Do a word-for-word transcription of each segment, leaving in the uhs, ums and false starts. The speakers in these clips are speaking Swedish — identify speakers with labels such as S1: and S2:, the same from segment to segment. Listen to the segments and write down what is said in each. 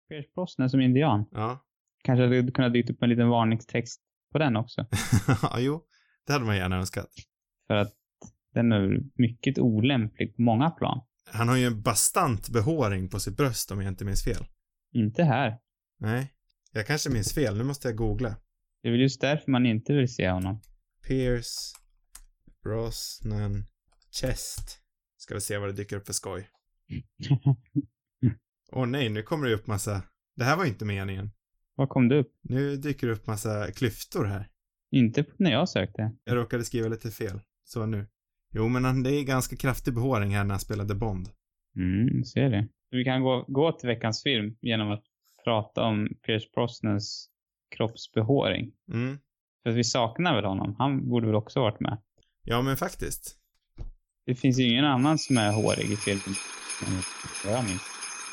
S1: Pierce Brosnan som indian.
S2: Ja.
S1: Kanske hade du kunnat dyka upp en liten varningstext på den också.
S2: Ja, jo. Det hade man gärna önskat.
S1: För att den är mycket olämplig på många plan.
S2: Han har ju en bastant behåring på sitt bröst om jag inte minns fel.
S1: Inte här.
S2: Nej. Jag kanske minns fel. Nu måste jag googla.
S1: Det är väl just därför man inte vill se honom.
S2: Pierce Brosnan chest. Ska vi se vad det dyker upp för skoj. Åh oh, nej, nu kommer det upp massa... Det här var ju inte meningen.
S1: Vad kom det upp?
S2: Nu dyker det upp massa klyftor här.
S1: Inte när jag sökte.
S2: Jag råkade skriva lite fel. Så nu. Jo, men han, det är ganska kraftig behåring här när han spelade Bond.
S1: Mm, ser det. Vi kan gå, gå till veckans film genom att prata om Pierce Brosnans kroppsbehåring.
S2: Mm.
S1: För att vi saknar väl honom. Han borde väl också varit med.
S2: Ja, men faktiskt.
S1: Det finns ju ingen annan som är hårig i filmen. Vad jag minns.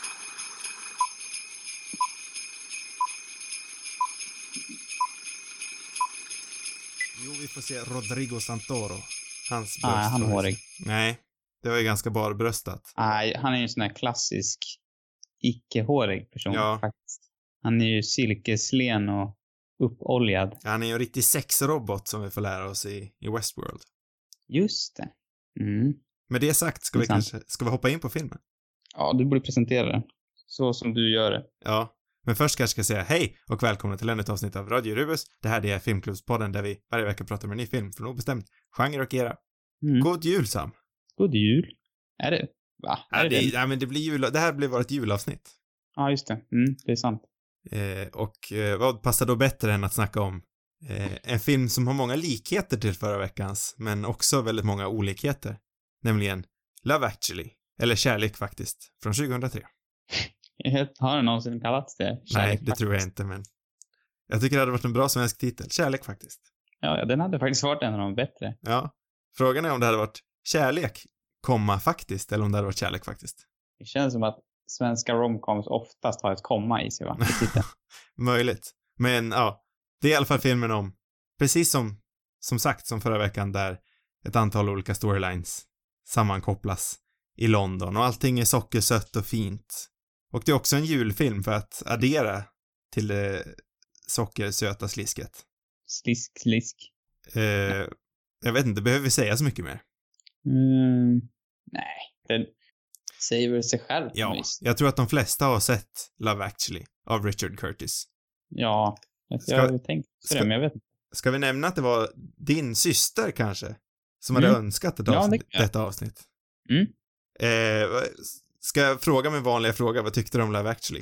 S2: Jo, vi får se Rodrigo Santoro. Hans bröst.
S1: Nej, han är hårig.
S2: Nej, det var ju ganska barbröstat.
S1: Nej, han är ju en sån här klassisk icke-hårig person
S2: Ja.
S1: faktiskt. Han är ju silkeslen och uppoljad.
S2: Han är ju en riktig sexrobot som vi får lära oss i, i Westworld.
S1: Just det. Mm.
S2: Med det sagt, ska
S1: Det är
S2: vi
S1: sant.
S2: kanske ska vi hoppa in på filmen?
S1: Ja, du borde presentera det. Så som du gör det.
S2: Ja, men först kanske ska jag säga hej och välkomna till ännu ett avsnitt av Radio Rubus. Det här är Filmklubbspodden där vi varje vecka pratar om en ny film från obestämd genre och era.
S1: Mm.
S2: God jul, Sam!
S1: God jul. Är det? Va?
S2: Ja,
S1: Är det
S2: det,
S1: det?
S2: ja, men det blir jul, det här blir vårt julavsnitt.
S1: Ja, just det. Mm, det är sant.
S2: Eh, och eh, vad passar då bättre än att snacka om eh, en film som har många likheter till förra veckans, men också väldigt många olikheter. Nämligen Love Actually. Eller Kärlek faktiskt, från tjugohundratre.
S1: Har det någonsin kallats det?
S2: Nej,
S1: Kärlek,
S2: det tror jag inte, men jag tycker det hade varit en bra svensk titel. Kärlek faktiskt.
S1: Ja, ja, den hade faktiskt varit en av de bättre.
S2: Ja. Frågan är om det hade varit kärlek, komma faktiskt, eller om det hade varit kärlek faktiskt.
S1: Det känns som att svenska romcoms oftast har ett komma i sig, va?
S2: Möjligt. Men ja, det är i alla fall filmen om, precis som, som sagt som förra veckan, där ett antal olika storylines sammankopplas i London och allting är sockersött och fint. Och det är också en julfilm för att addera till det sockersöta slisket.
S1: Slisk, slisk.
S2: Eh, jag vet inte, behöver vi säga så mycket mer?
S1: Mm, nej, det säger väl sig själv.
S2: Ja,
S1: Just.
S2: jag tror att de flesta har sett Love Actually av Richard Curtis.
S1: Ja, jag
S2: Ska-
S1: har tänkt på
S2: ska-
S1: det, men jag vet inte.
S2: Ska vi nämna att det var din syster kanske som
S1: Mm.
S2: hade önskat ett
S1: Ja, det
S2: avsnitt,
S1: kan jag.
S2: detta avsnitt?
S1: Mm.
S2: Eh, vad- ska jag fråga min vanliga fråga, vad tyckte du om Love Actually?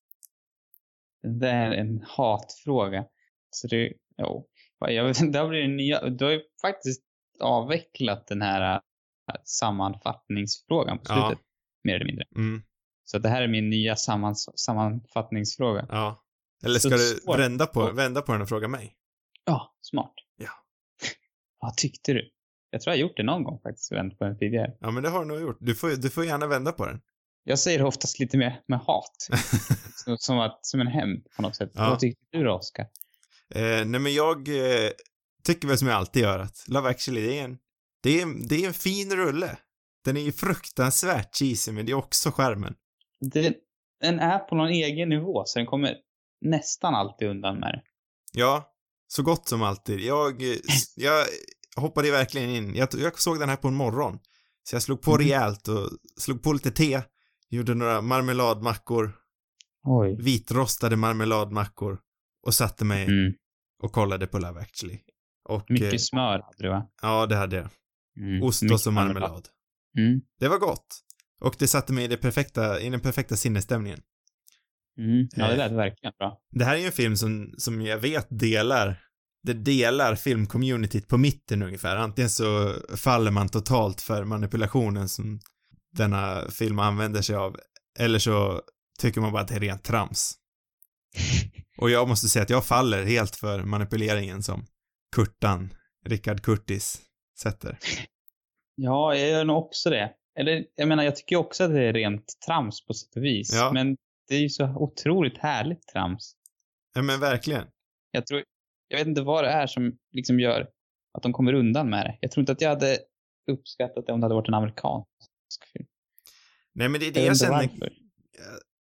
S1: Det är en hatfråga. Så det, jo. Jag vet inte, det har blivit nya, du har ju faktiskt avvecklat den här äh, sammanfattningsfrågan på
S2: Ja.
S1: slutet. Mer eller mindre.
S2: Mm,
S1: Så det här är min nya sammans, sammanfattningsfråga.
S2: ja. Eller
S1: Så
S2: ska du
S1: svårt.
S2: vända på, vända på den och fråga mig?
S1: Ja, smart.
S2: Ja.
S1: Vad tyckte du? Jag tror jag har gjort det någon gång faktiskt, vänt på den tidigare.
S2: Ja, men det har du nog gjort. Du får, du får gärna vända på den.
S1: Jag säger det oftast lite med, med hat. som, som, att, som en hämnd på något sätt.
S2: Ja.
S1: Vad tyckte du då, Oskar?
S2: Eh, nej, men jag eh, tycker väl som jag alltid gör att Love Actually, det är en, det är, en- det är en fin rulle. Den är ju fruktansvärt cheesy, men det är också skärmen.
S1: Den, den är på någon egen nivå, så den kommer nästan alltid undan med det.
S2: Ja, så gott som alltid. Jag, eh, s- jag hoppade verkligen in. Jag, jag såg den här på en morgon. Så jag slog på
S1: Mm.
S2: rejält och slog på lite te. Gjorde några marmeladmackor,
S1: Oj.
S2: vitrostade marmeladmackor. Och satte mig
S1: Mm.
S2: och kollade på Love Actually. Och,
S1: Mycket
S2: eh,
S1: smör hade du, va?
S2: ja, det hade jag.
S1: Mm.
S2: Ost
S1: Mycket
S2: och så marmelad.
S1: Mm.
S2: Det var gott. Och det satte mig i, det perfekta, i den perfekta sinnesstämningen.
S1: Mm. Ja, det
S2: Eh.
S1: lät verkligen bra.
S2: Det här är ju en film som, som jag vet delar, det delar filmcommunityt på mitten ungefär. Antingen så faller man totalt för manipulationen som denna film använder sig av, eller så tycker man bara att det är rent trams. Och jag måste säga att jag faller helt för manipuleringen som Kurtan, Richard Curtis, sätter.
S1: Ja, jag gör nog också det. Eller, jag menar, jag tycker också att det är rent trams på sätt och vis.
S2: Ja.
S1: Men det är ju så otroligt härligt trams.
S2: Ja, men verkligen.
S1: Jag tror, jag vet inte vad det är som liksom gör att de kommer undan med det. Jag tror inte att jag hade uppskattat det om det hade varit en amerikansk film.
S2: Nej, men det är det
S1: Jag
S2: jag
S1: vet inte
S2: känner.
S1: varför.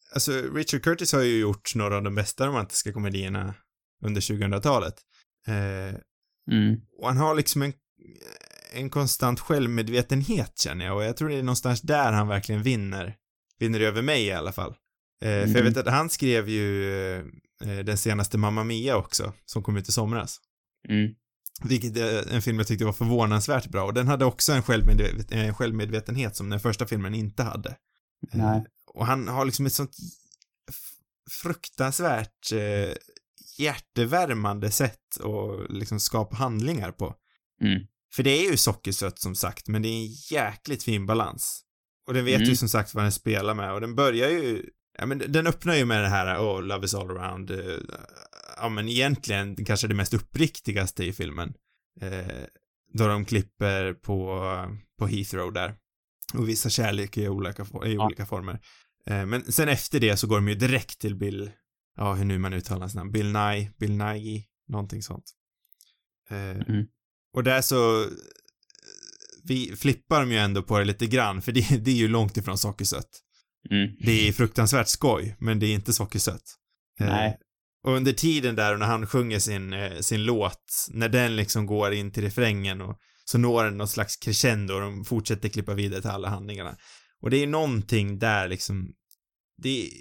S2: alltså Richard Curtis har ju gjort några av de bästa romantiska komedierna under tjugohundratalet. Eh,
S1: Mm.
S2: och han har liksom en, en konstant självmedvetenhet, känner jag. Och jag tror det är någonstans där han verkligen vinner. Vinner över mig i alla fall. Eh,
S1: Mm.
S2: För jag vet att han skrev ju eh, den senaste Mamma Mia också, som kom ut i somras.
S1: Mm.
S2: Vilket är en film jag tyckte var förvånansvärt bra. Och den hade också en, självmedvet- en självmedvetenhet som den första filmen inte hade.
S1: Nej.
S2: Eh, och han har liksom ett sånt f- fruktansvärt eh, hjärtevärmande sätt att liksom skapa handlingar på.
S1: Mm.
S2: För det är ju sockersött som sagt, men det är en jäkligt fin balans. Och den vet
S1: Mm.
S2: ju som sagt vad den spelar med. Och den börjar ju, ja men den öppnar ju med det här, oh, love is all around. Uh, ja men egentligen kanske det mest uppriktigaste i filmen. Uh, då de klipper på, på Heathrow där. Och visar kärlek i olika, i
S1: Ja.
S2: olika former. Uh, men sen efter det så går de ju direkt till Bill, ja hur nu man uttalar hans namn, Bill Nye, Bill Nighy, någonting sånt. Uh,
S1: Mm.
S2: Och där så vi flippar de ju ändå på det lite grann, för det, det är ju långt ifrån sockersött.
S1: Mm.
S2: Det är fruktansvärt skoj, men det är inte sockersött.
S1: Nej.
S2: Eh, och under tiden där när han sjunger sin, eh, sin låt, när den liksom går in till refrängen och så når den något slags crescendo och de fortsätter klippa vidare till alla handlingarna. Och det är någonting där liksom, det är,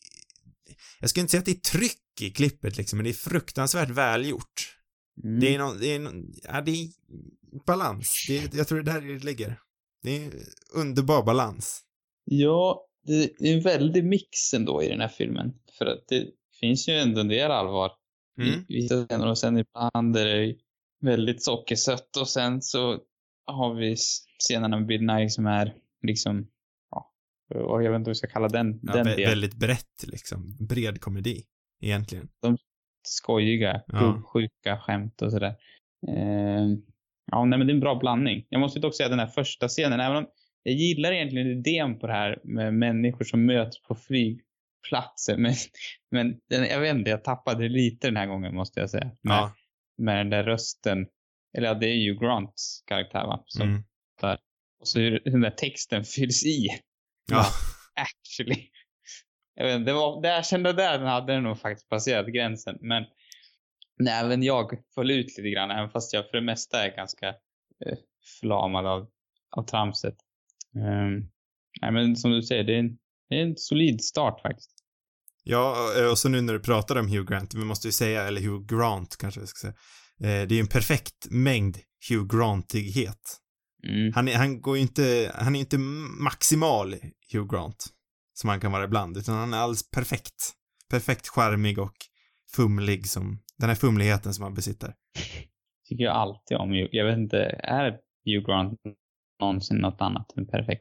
S2: jag skulle inte säga att det är tryck i klippet liksom, men det är fruktansvärt välgjort.
S1: Mm.
S2: Det är någon, det är någon, ja det är balans. Det är, jag tror det där det ligger. Det är underbar balans.
S1: Ja, det är en väldig mix ändå i den här filmen. För att det finns ju ändå en del allvar
S2: Mm.
S1: i vissa scener. Och sen ibland är det väldigt sockersött. Och sen så har vi scenerna med Bill Nighy som är liksom, ja, och jag vet inte hur jag ska kalla den,
S2: Ja,
S1: den
S2: vä-
S1: delen.
S2: väldigt brett liksom. Bred komedi egentligen.
S1: Skojiga,
S2: Ja.
S1: gubbsjuka skämt och sådär. Eh, ja, nej men det är en bra blandning. Jag måste dock säga den här första scenen, även om jag gillar egentligen idén på det här med människor som möts på flygplatser, men, men den, jag vet inte, jag tappade lite den här gången måste jag säga. Med,
S2: Ja.
S1: med den där rösten, eller ja, det är ju Grants karaktär va? Som
S2: Mm.
S1: där. Och så hur den där texten fylls i.
S2: Ja.
S1: Actually. Jag vet inte, det var, där jag kände där den hade den nog faktiskt passerat gränsen. Men nej, även jag föll ut lite grann. Även fast jag för det mesta är ganska eh, förlamad av, av tramset. Um, nej, men som du säger, det är, en, det är en solid start faktiskt.
S2: Ja, och så nu när du pratar om Hugh Grant, vi måste ju säga, eller Hugh Grant kanske jag ska säga. Eh, det är ju en perfekt mängd Hugh Grantighet.
S1: Mm.
S2: Han är, han går ju inte, han är inte maximal Hugh Grant som han kan vara ibland, utan han är alldeles perfekt. Perfekt charmig och fumlig som, den här fumligheten som han besitter.
S1: Tycker jag alltid om. Jag vet inte, är Hugh Grant någonsin något annat än perfekt?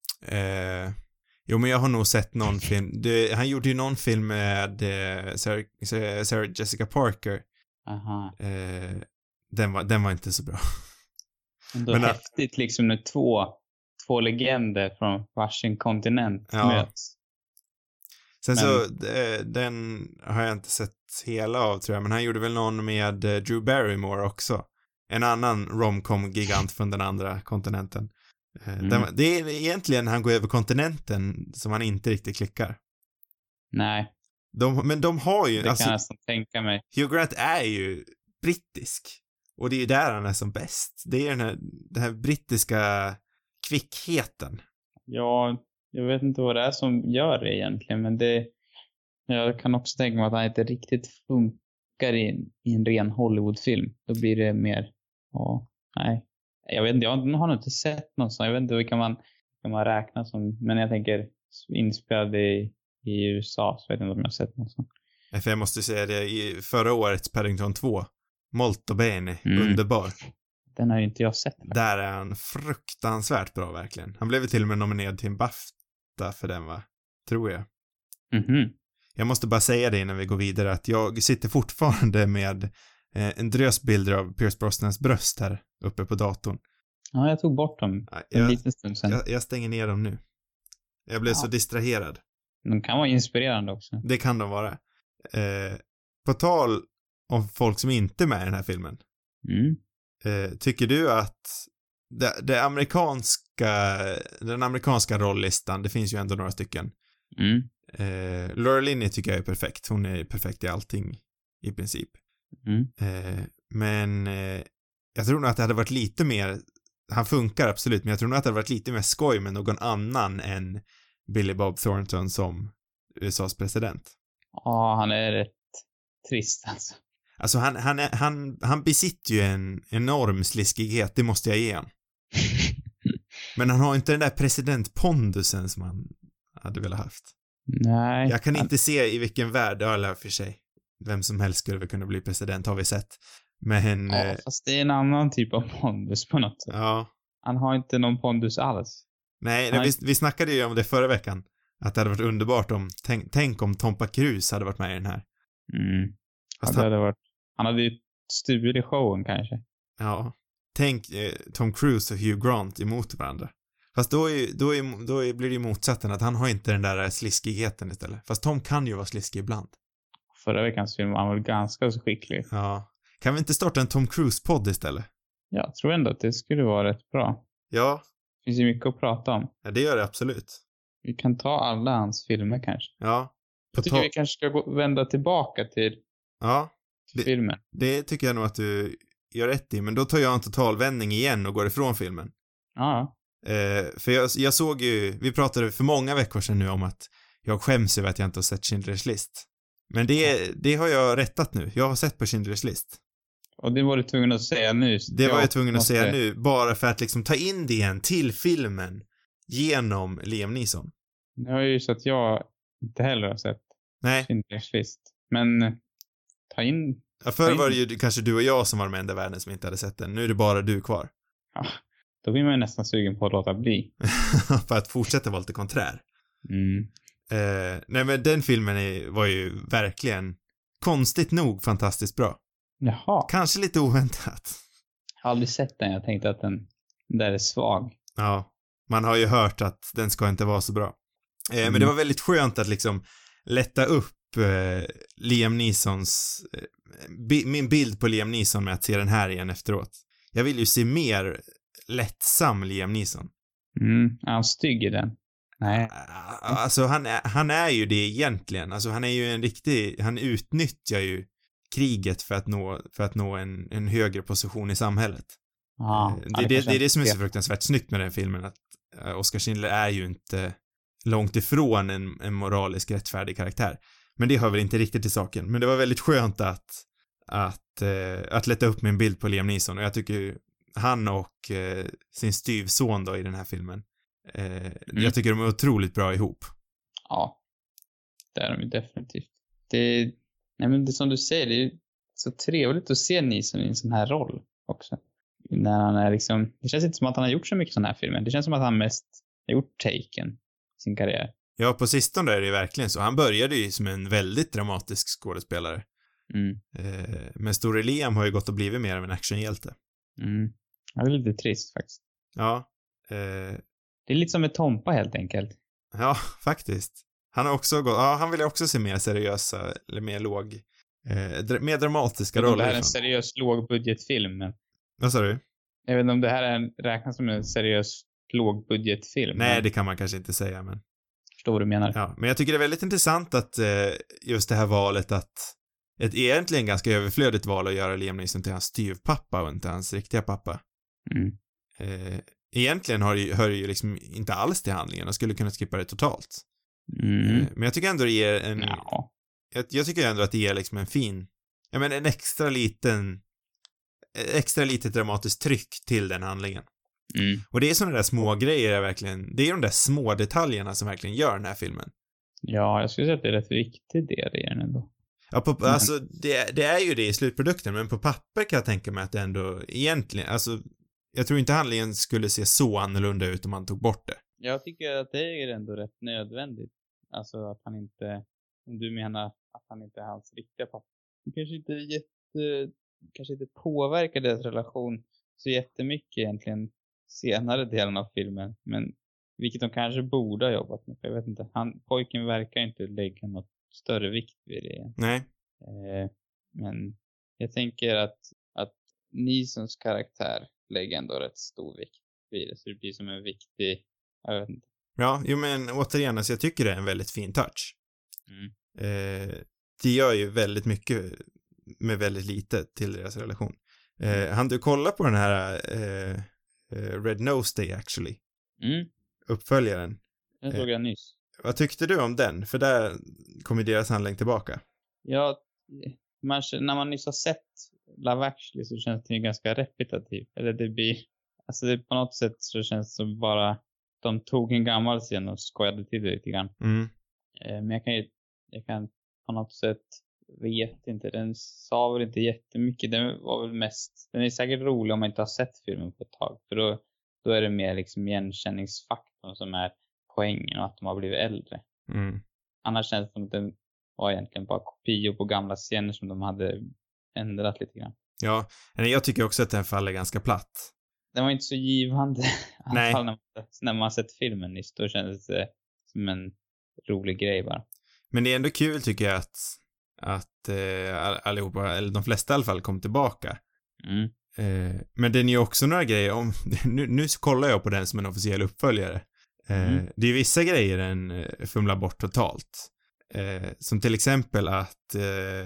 S2: Eh, jo, men jag har nog sett någon film, det, han gjorde ju någon film med eh, Sarah, Sarah Jessica Parker.
S1: Aha.
S2: Eh, den, var, den var inte så bra.
S1: Ändå
S2: Men,
S1: häftigt liksom när två, två legender från varsin kontinent
S2: Ja.
S1: möts.
S2: Sen
S1: Men-
S2: så, eh, den har jag inte sett hela av tror jag, men han gjorde väl någon med eh, Drew Barrymore också. En annan romcom-gigant från den andra kontinenten. Eh,
S1: Mm.
S2: den, var- det är egentligen han går över kontinenten som han inte riktigt klickar.
S1: Nej,
S2: De, men de har ju,
S1: det
S2: alltså
S1: kan jag nästan tänka mig.
S2: Hugh Grant är ju brittisk. Och det är ju där han är som bäst. Det är den här, den här brittiska kvickheten.
S1: Ja, jag vet inte vad det är som gör det egentligen, men det, jag kan också tänka mig att han inte riktigt funkar i, en- i en ren Hollywoodfilm. Då blir det mer, ja, nej. Jag vet inte, jag har nog inte sett något sånt. Jag vet inte vilka man, vilka man räknar som, men jag tänker inspelad i, i U S A, så vet jag inte om jag har sett något sånt.
S2: För jag måste säga det, i förra årets Paddington två, Molto Bene,
S1: Mm.
S2: underbar.
S1: Den har ju inte jag sett.
S2: Där är han fruktansvärt bra verkligen. Han blev ju till och med nominerad till en BAFTA för den, va? Tror jag.
S1: Mhm.
S2: Jag måste bara säga det innan vi går vidare, att jag sitter fortfarande med eh, en drös bilder av Pierce Brosnans bröst här uppe på datorn.
S1: Ja, jag tog bort dem
S2: Ja,
S1: en
S2: Jag,
S1: liten stund sedan.
S2: jag, jag stänger ner dem nu. Jag blev
S1: Ja.
S2: så distraherad.
S1: De kan vara inspirerande också.
S2: Det kan de vara. Eh, på tal om folk som inte är med i den här filmen.
S1: Mm.
S2: Eh, tycker du att det, det amerikanska, den amerikanska rolllistan, det finns ju ändå några stycken.
S1: Mm.
S2: Eh, Laura Linney tycker jag är perfekt. Hon är perfekt i allting i princip.
S1: Mm.
S2: Eh, men eh, jag tror nog att det hade varit lite mer, han funkar absolut, men jag tror nog att det hade varit lite mer skoj med någon annan än Billy Bob Thornton som U S A:s president.
S1: Ja, han är rätt trist alltså.
S2: Alltså han, han, är, han, han besitter ju en enorm sliskighet, det måste jag ge han. Men han har inte den där presidentpondusen som han hade velat haft.
S1: Nej.
S2: Jag kan
S1: han...
S2: inte se i vilken värld, eller för sig, vem som helst skulle väl kunna bli president, har vi sett. Men...
S1: Ja,
S2: eh,
S1: fast det är en annan typ av pondus på något sätt.
S2: ja.
S1: Han har inte någon pondus alls.
S2: Nej,
S1: Han...
S2: vi, vi snackade ju om det förra veckan. Att det hade varit underbart om, tänk, tänk om Tompa Cruise hade varit med i den här.
S1: Mm.
S2: Fast
S1: Ja, det
S2: han,
S1: hade varit... Han hade ju stulit showen kanske.
S2: ja. Tänk eh, Tom Cruise och Hugh Grant emot varandra. Fast då, är, då, är, då är, blir det ju motsatsen, att han har inte den där sliskigheten istället. Fast Tom kan ju vara sliskig ibland.
S1: Förra veckans film var han väl ganska så skicklig.
S2: Ja. Kan vi inte starta en Tom Cruise-podd istället?
S1: Jag tror ändå att det skulle vara rätt bra.
S2: Ja.
S1: Det finns ju mycket att prata om.
S2: Ja, det gör det absolut.
S1: Vi kan ta alla hans filmer kanske.
S2: Ja.
S1: Jag tycker ta... vi kanske ska gå, vända tillbaka till,
S2: ja,
S1: till
S2: det,
S1: filmen.
S2: Det tycker jag nog att du gör rätt i. Men då tar jag en totalvändning igen och går ifrån filmen.
S1: Ja.
S2: Eh, för jag, jag såg ju, vi pratade för många veckor sedan nu om att jag skäms över att jag inte har sett Schindler's List. Men det, det har jag rättat nu. Jag har sett på Schindler's List.
S1: Och det var du tvungen att säga nu.
S2: Det var jag tvungen
S1: måste...
S2: att säga nu. Bara för att liksom ta in det igen till filmen genom Liam Neeson.
S1: Det har ju så att jag inte heller har sett
S2: Nej.
S1: Schindler's List. Men ta in...
S2: Ja, förr var det ju kanske du och jag som var de enda i världen som inte hade sett den. Nu är det bara du kvar.
S1: Ja, då blir man ju nästan sugen på att låta bli.
S2: För att fortsätta vara lite konträr.
S1: Mm.
S2: Eh, nej men den filmen är, var ju verkligen konstigt nog fantastiskt bra.
S1: Jaha.
S2: Kanske lite oväntat.
S1: Jag har aldrig sett den. Jag tänkte att den, den där är svag.
S2: Ja, man har ju hört att den ska inte vara så bra. Eh, mm. Men det var väldigt skönt att liksom lätta upp eh, Liam Neesons eh, bi- min bild på Liam Neeson med att se den här igen efteråt. Jag vill ju se mer lättsam Liam Neeson.
S1: Mm, är han stygg i den? Nej.
S2: Alltså han är, han är ju det egentligen. Alltså han är ju en riktig, han utnyttjar ju kriget för att nå, för att nå en, en högre position i samhället.
S1: Ah,
S2: det, det, det, det är det som är så fruktansvärt snyggt med den filmen, att Oskar Schindler är ju inte långt ifrån en, en moralisk rättfärdig karaktär. Men det hör väl inte riktigt till saken. Men det var väldigt skönt att att, eh, att lätta upp min bild på Liam Neeson, och jag tycker han och eh, sin styvson då i den här filmen, eh, mm. jag tycker de är otroligt bra ihop.
S1: Ja, det är de ju definitivt. Det, nej men det som du säger, det är så trevligt att se Neeson i en sån här roll också. När han är liksom, det känns inte som att han har gjort så mycket sån här filmer. Det känns som att han mest har gjort Taken i sin karriär.
S2: Ja, på sistone är det verkligen så. Han började ju som en väldigt dramatisk skådespelare.
S1: Mm.
S2: Eh, men Store Liam har ju gått och blivit mer av en actionhjälte.
S1: Mm. Ja, det är lite trist faktiskt.
S2: Ja. Eh,
S1: det är lite som med Tompa helt enkelt.
S2: Ja, faktiskt. Han har också gått, ja, han vill ju också se mer seriösa, eller mer låg, eh, dra, mer dramatiska roller.
S1: Det här är en seriös lågbudgetfilm. Men...
S2: Vad sa du?
S1: Jag vet inte om det här är en, räknas som en seriös lågbudgetfilm.
S2: Nej,
S1: men...
S2: det kan man kanske inte säga, men...
S1: Förstår vad du menar.
S2: Ja, men jag tycker det är väldigt intressant att eh, just det här valet att ett egentligen ganska överflödigt val att göra Liam Neeson till hans styvpappa och inte hans riktiga pappa.
S1: Mm.
S2: Eh, egentligen har det, hör det ju liksom inte alls till handlingen och skulle kunna skippa det totalt.
S1: Mm.
S2: Eh, men jag tycker ändå det ger en...
S1: Ja.
S2: Jag, jag tycker ändå att det ger liksom en fin... Jag menar en extra liten... Extra litet dramatiskt tryck till den handlingen.
S1: Mm.
S2: Och det är sådana där små grejer jag verkligen... Det är de där små detaljerna som verkligen gör den här filmen.
S1: Ja, jag skulle säga att det är rätt viktigt det i den ändå.
S2: Ja, på, mm. alltså det, det är ju det i slutprodukten, men på papper kan jag tänka mig att det ändå egentligen, alltså jag tror inte handlingen skulle se så annorlunda ut om man tog bort det.
S1: Jag tycker att det är ändå rätt nödvändigt. Alltså att han inte, om du menar att han inte är hans riktiga pappa. Det kanske inte jätte, kanske inte påverkar deras relation så jättemycket egentligen senare delen av filmen, men vilket de kanske borde ha jobbat med. För jag vet inte, han, pojken verkar inte lägga något större vikt vid det.
S2: Nej.
S1: Eh, men jag tänker att, att Neesons karaktär lägger ändå rätt stor vikt vid det. Så det blir som en viktig, jag vet inte,
S2: Ja, jo men återigen, alltså jag tycker det är en väldigt fin touch.
S1: Mm.
S2: Eh, det gör ju väldigt mycket med väldigt lite till deras relation. Eh, han du kolla på den här eh, Red Nose Day actually?
S1: Mm.
S2: Uppföljaren.
S1: Den såg jag nyss.
S2: Vad tyckte du om den? För där kommer deras handling tillbaka.
S1: Ja, man, när man nyss har sett Love Actually så känns det ju ganska repetitivt. Eller det blir, alltså det, på något sätt så känns det som bara de tog en gammal scen och skojade till det lite grann.
S2: Mm.
S1: Eh, men jag kan ju, jag kan på något sätt, vet inte, den sa väl inte jättemycket. Den var väl mest, den är säkert rolig om man inte har sett filmen på ett tag. För då, då är det mer liksom igenkänningsfaktorn som är poängen och att de har blivit äldre.
S2: Mm.
S1: Annars känns det som att den var egentligen bara kopior på gamla scener som de hade ändrat lite grann.
S2: Ja, jag tycker också att den faller ganska platt.
S1: Den var inte så givande. I alla
S2: Nej.
S1: fall när man, när man har sett filmen nyss. Då kändes det som en rolig grej bara.
S2: Men det är ändå kul tycker jag att, att eh, allihopa, eller de flesta i alla fall, kom tillbaka.
S1: Mm.
S2: Eh, men den är ju också några grejer om, nu, nu så kollar jag på den som en officiell uppföljare. Eh,
S1: Mm.
S2: Det är vissa grejer den eh, fumlar bort totalt. Eh, som till exempel att eh,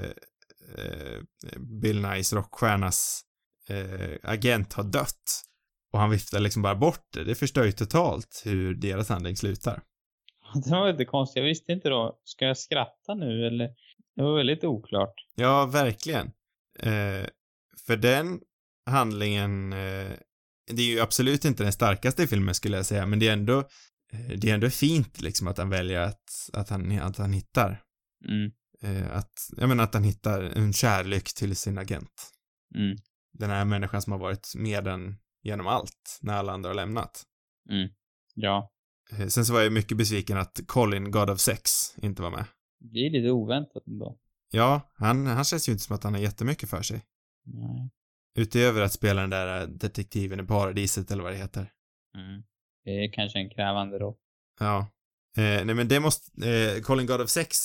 S2: eh, Bill Nighy's rockstjärnas eh, agent har dött. Och han viftar liksom bara bort det. Det förstör ju totalt hur deras handling slutar.
S1: Det var lite konstigt. Jag visste inte då. Ska jag skratta nu eller? Det var väldigt oklart.
S2: Ja, verkligen. Eh, för den handlingen, eh, det är ju absolut inte den starkaste i filmen skulle jag säga, men det är ändå, eh, det är ändå fint liksom att han väljer att, att, han, att han hittar.
S1: Mm.
S2: Eh, att, jag menar att han hittar en kärlek till sin agent.
S1: Mm.
S2: Den här människan som har varit med den genom allt när alla andra har lämnat.
S1: Mm. Ja.
S2: Eh, sen så var jag mycket besviken att Colin, God of Sex, inte var med.
S1: Det är lite oväntat ändå.
S2: Ja, han, han känns ju inte som att han har jättemycket för sig.
S1: Nej.
S2: Utöver att spela den där detektiven i paradiset eller vad det heter.
S1: Mm. Det är kanske en krävande roll.
S2: Ja. Eh, nej men det måste, eh, Colin God of Sex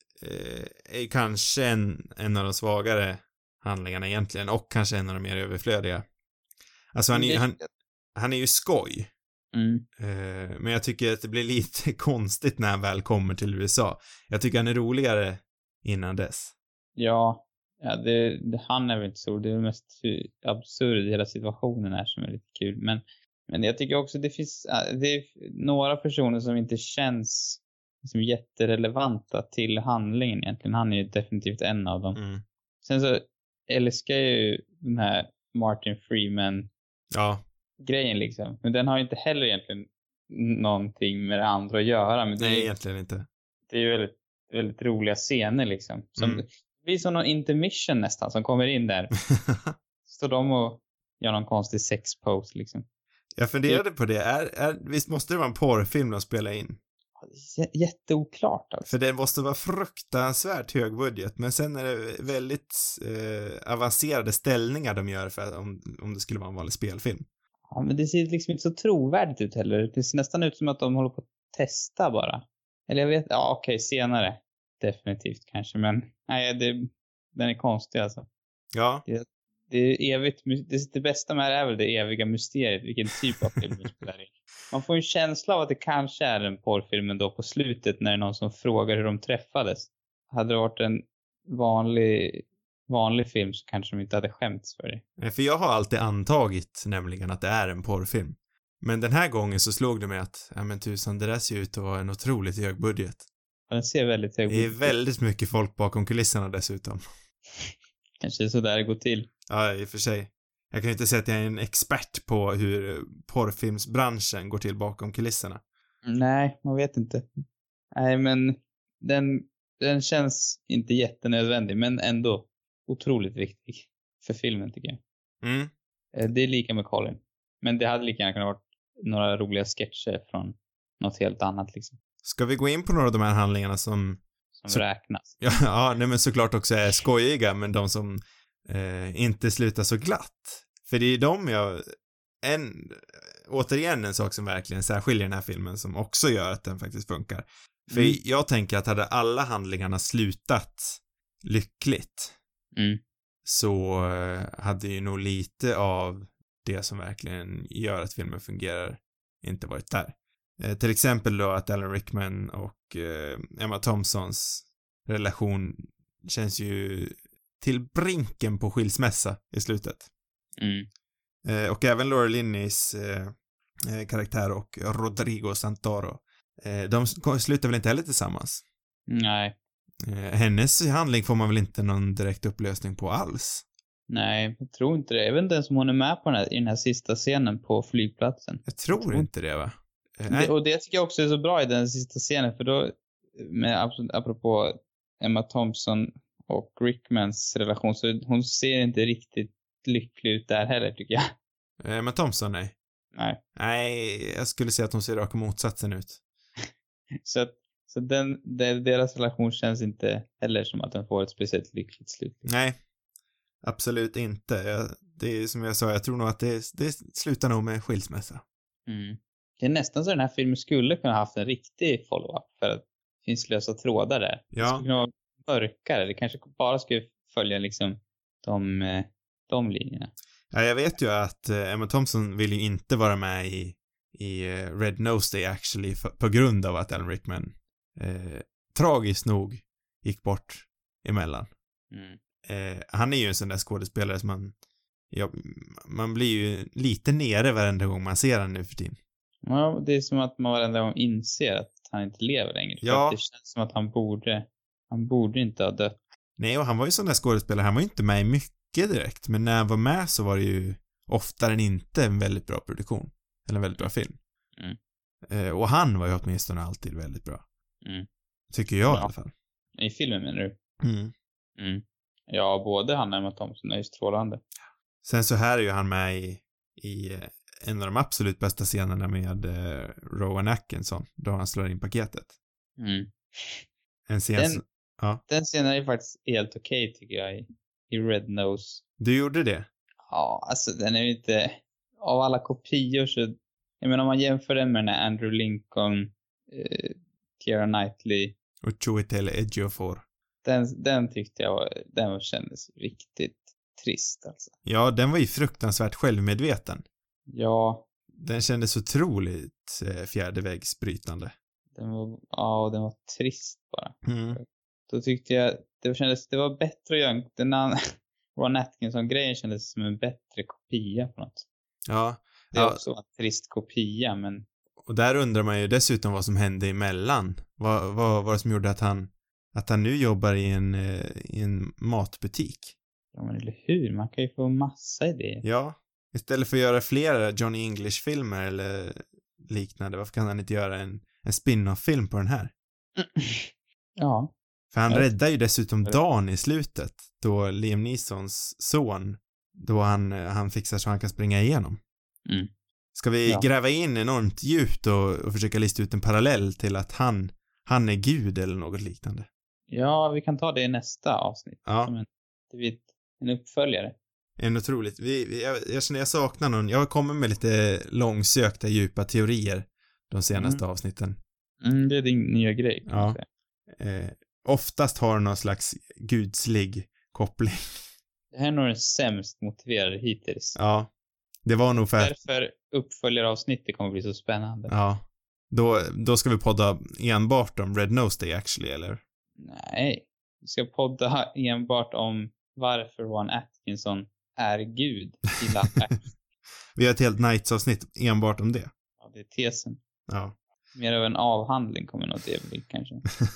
S2: eh, är kanske en, en av de svagare handlingarna egentligen och kanske en av de mer överflödiga. Alltså han är, han, han är ju skoj.
S1: Mm.
S2: Eh, men jag tycker att det blir lite konstigt när han väl kommer till U S A. Jag tycker han är roligare innan dess.
S1: Ja. Ja, det, det, han är väl inte så. Det är det mest absurd hela situationen är som är lite kul. Men, men jag tycker också det finns det är några personer som inte känns liksom jätterelevanta till handlingen egentligen. Han är ju definitivt en av dem.
S2: Mm.
S1: Sen så älskar jag ju den här Martin Freeman
S2: Ja.
S1: grejen liksom. Men den har ju inte heller egentligen någonting med det andra att göra. Men det
S2: Nej,
S1: är,
S2: egentligen inte.
S1: det är ju väldigt, väldigt roliga scener liksom. Som,
S2: Mm.
S1: det blir som någon intermission nästan som kommer in där. Står de och gör någon konstig sexpose liksom.
S2: Jag funderade på det. Är, är, visst måste det vara en porrfilm att spela in?
S1: J- jätteoklart alltså.
S2: För det måste vara fruktansvärt hög budget. Men sen är det väldigt eh, avancerade ställningar de gör för om, om det skulle vara en vanlig spelfilm.
S1: Ja, men det ser liksom inte så trovärdigt ut heller. Det ser nästan ut som att de håller på att testa bara. Eller jag vet, ja okej, okay, senare. Definitivt kanske, men nej, det, den är konstig alltså.
S2: Ja.
S1: Det, det är evigt, det, det bästa med det är väl det eviga mysteriet, vilken typ av film du spelar in. Man får en känsla av att det kanske är en porrfilm då på slutet när det är någon som frågar hur de träffades. Hade det varit en vanlig, vanlig film så kanske de inte hade skämts för det.
S2: För jag har alltid antagit nämligen att det är en porrfilm. Men den här gången så slog det mig att, ja men tusan, det där ser ut att vara en otroligt hög budget.
S1: Den ser väldigt hög.
S2: Det är väldigt mycket folk bakom kulisserna dessutom.
S1: Kanske är så där det går till.
S2: Ja, i och för sig. Jag kan inte säga att jag är en expert på hur porrfilmsbranschen går till bakom kulisserna.
S1: Nej, man vet inte. Nej, men den, den känns inte jättenödvändig, men ändå otroligt viktig för filmen tycker jag.
S2: Mm.
S1: Det är lika med Colin. Men det hade lika gärna kunnat vara några roliga sketcher från något helt annat liksom.
S2: Ska vi gå in på några av de här handlingarna som...
S1: Som
S2: så,
S1: räknas.
S2: Ja, ja, nej men såklart också är skojiga, men de som eh, inte slutar så glatt. För det är de jag... En, återigen en sak som verkligen särskiljer den här filmen som också gör att den faktiskt funkar. För
S1: Mm.
S2: jag tänker att hade alla handlingarna slutat lyckligt
S1: Mm.
S2: så eh, hade ju nog lite av det som verkligen gör att filmen fungerar inte varit där. Eh, till exempel då att Alan Rickman och eh, Emma Thompsons relation känns ju till brinken på skilsmässa i slutet.
S1: Mm.
S2: Eh, och även Laura Linneys eh, eh, karaktär och Rodrigo Santoro. Eh, de slutar väl inte heller tillsammans?
S1: Nej.
S2: Eh, hennes handling får man väl inte någon direkt upplösning på alls?
S1: Nej, jag tror inte det. Jag vet inte ens om hon är med på den här, i den här sista scenen på flygplatsen.
S2: Jag tror, jag tror inte det, va?
S1: Eh, det, och det tycker jag också är så bra i den sista scenen, för då, med, apropå Emma Thompson och Rickmans relation, så hon ser inte riktigt lycklig ut där heller, tycker jag.
S2: Emma Thompson, nej.
S1: Nej.
S2: Nej, jag skulle säga att hon ser raka motsatsen ut.
S1: Så att, så den, deras relation känns inte heller som att den får ett speciellt lyckligt slut.
S2: Nej, absolut inte. Jag, det är som jag sa, jag tror nog att det, det slutar nog med skilsmässa.
S1: Mm. Det är nästan så den här filmen skulle kunna ha haft en riktig follow-up, för att det finns lösa trådar där.
S2: Ja.
S1: Det skulle kunna vara mörkare. Det kanske bara skulle följa liksom de, de linjerna.
S2: Ja, jag vet ju att Emma Thompson vill ju inte vara med i, i Red Nose Day actually för, på grund av att Alan Rickman eh, tragiskt nog gick bort emellan.
S1: Mm.
S2: Eh, han är ju en sån där skådespelare som man ja, man blir ju lite nere varenda gång man ser han nu för tiden.
S1: Ja, det är som att man varenda gång inser att han inte lever längre.
S2: Ja.
S1: För att det känns som att han borde han borde inte ha dött.
S2: Nej, och han var ju sån där skådespelare, han var ju inte med i mycket direkt, men när han var med så var det ju oftare än inte en väldigt bra produktion. Eller en väldigt bra film.
S1: Mm.
S2: Eh, och han var ju åtminstone alltid väldigt bra.
S1: Mm.
S2: Tycker jag
S1: Ja.
S2: i alla fall.
S1: I filmen menar du?
S2: Mm.
S1: Mm. Ja, både han och Emma Thompson är ju strålande.
S2: Sen så här är ju han med i, i en av de absolut bästa scenerna med eh, Rowan Atkinson, då han slår in paketet.
S1: Mm.
S2: En scen
S1: Den,
S2: som, ja.
S1: den scenen är faktiskt helt okej, tycker jag, i, i Red Nose.
S2: Du gjorde det?
S1: Ja, alltså den är ju inte... Av alla kopior så... Jag menar, om man jämför den med den här Andrew Lincoln, eh, Keira Knightley...
S2: Och Chiwetel Ejiofor.
S1: Den, den tyckte jag var, den kändes riktigt trist, alltså.
S2: Ja, den var ju fruktansvärt självmedveten.
S1: Ja.
S2: Den kändes otroligt eh, fjärdevägsbrytande.
S1: Den var, ja, den var trist bara.
S2: Mm.
S1: Då tyckte jag, det kändes, det var bättre att göra, den andra, Ron Atkinson-grejen kändes som en bättre kopia på något.
S2: Ja.
S1: Det är
S2: ja.
S1: också en trist kopia, men...
S2: Och där undrar man ju dessutom vad som hände emellan. Vad, vad var det som gjorde att han, att han nu jobbar i en, eh, i en matbutik?
S1: Ja, men eller hur? Man kan ju få massa idéer.
S2: Ja. Istället för att göra flera Johnny English-filmer eller liknande, varför kan han inte göra en, en spin-off-film på den här?
S1: Ja.
S2: För han
S1: Ja.
S2: räddar ju dessutom dagen i slutet, då Liam Neesons son, då han, han fixar så han kan springa igenom.
S1: Mm.
S2: Ska vi
S1: Ja.
S2: gräva in enormt djupt och, och försöka lista ut en parallell till att han, han är gud eller något liknande?
S1: Ja, vi kan ta det i nästa avsnitt.
S2: Ja.
S1: Som en, det blir en uppföljare.
S2: En otroligt. Vi, vi, jag, jag känner jag saknar någon. Jag har kommit med lite långsökta, djupa teorier de senaste
S1: Mm.
S2: avsnitten.
S1: Mm, det är din nya grej. Kan
S2: Ja.
S1: man säga.
S2: Eh, oftast har någon slags gudslig koppling.
S1: Det här är nog den sämst motiverade hittills.
S2: Ja. Det var nog för...
S1: Därför uppföljaravsnittet kommer bli så spännande.
S2: Ja. Då, då ska vi podda enbart om Red Nose Day actually, eller?
S1: Nej. Vi ska podda enbart om varför Ron Atkinson är gud i Lappback.
S2: Vi har ett helt Nights-avsnitt enbart om det.
S1: Ja, det är tesen.
S2: Ja.
S1: Mer av en avhandling kommer nog det bli kanske.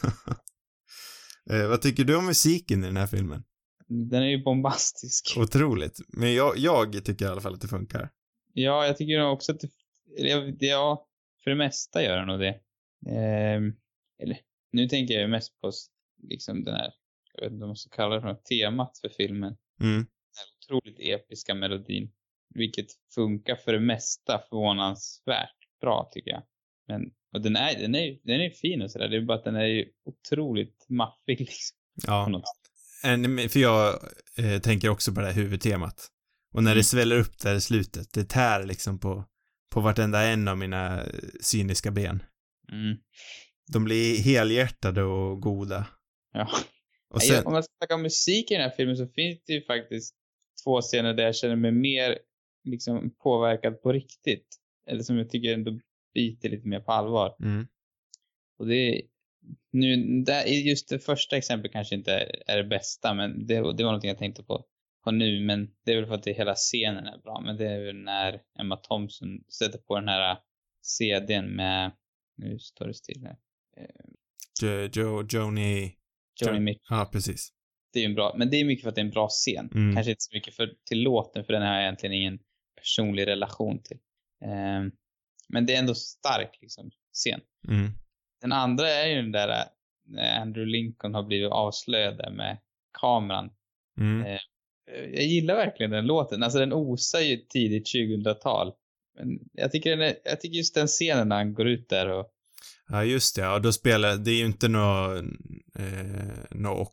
S2: eh, vad tycker du om musiken i den här filmen?
S1: Den är ju bombastisk.
S2: Otroligt. Men jag, jag tycker i alla fall att det funkar.
S1: Ja, jag tycker nog också att det, eller, ja, för det mesta gör den nog det. Ehm, eller, nu tänker jag ju mest på liksom den här, jag vet inte om man ska kalla det för något, temat för filmen.
S2: Mm.
S1: Den här otroligt episka melodin. Vilket funkar för det mesta förvånansvärt bra, tycker jag. Men, och den är, den är, den är fin och sådär. Det är bara att den är ju otroligt maffig liksom.
S2: Ja.
S1: På något sätt.
S2: En, för jag eh, tänker också på det här huvudtemat. Och när
S1: Mm.
S2: det sväller upp där i slutet, det tär liksom på, på vartenda en av mina eh, cyniska ben.
S1: Mm.
S2: De blir helhjärtade och goda.
S1: Ja.
S2: Och
S1: Nej,
S2: sen,
S1: om man ska snacka om musik i den här filmen så finns det ju faktiskt två scener där jag känner mig mer liksom påverkad på riktigt. Eller som jag tycker ändå biter lite mer på allvar.
S2: Mm.
S1: Och det är nu, där, just det första exemplet kanske inte är, är det bästa, men det, det var någonting jag tänkte på, på nu, men det är väl för att det, hela scenen är bra, men det är väl när Emma Thompson sätter på den här C D:n med, nu står det still här.
S2: Jo, jo, Joni...
S1: Joni Mitchell.
S2: Ja, precis.
S1: Det är ju en bra, men det är mycket för att det är en bra scen.
S2: Mm.
S1: Kanske inte så mycket för, till låten, för den har jag egentligen ingen personlig relation till. Um, men det är ändå stark liksom, scen.
S2: Mm.
S1: Den andra är ju den där när Andrew Lincoln har blivit avslöjad med kameran.
S2: Mm.
S1: Uh, jag gillar verkligen den låten. Alltså den osar ju tidigt tjugohundratal. Men jag tycker, den är, jag tycker just den scenen när han går ut där och...
S2: Ja, just det. Ja, då spelar... Det är ju inte något... Eh, något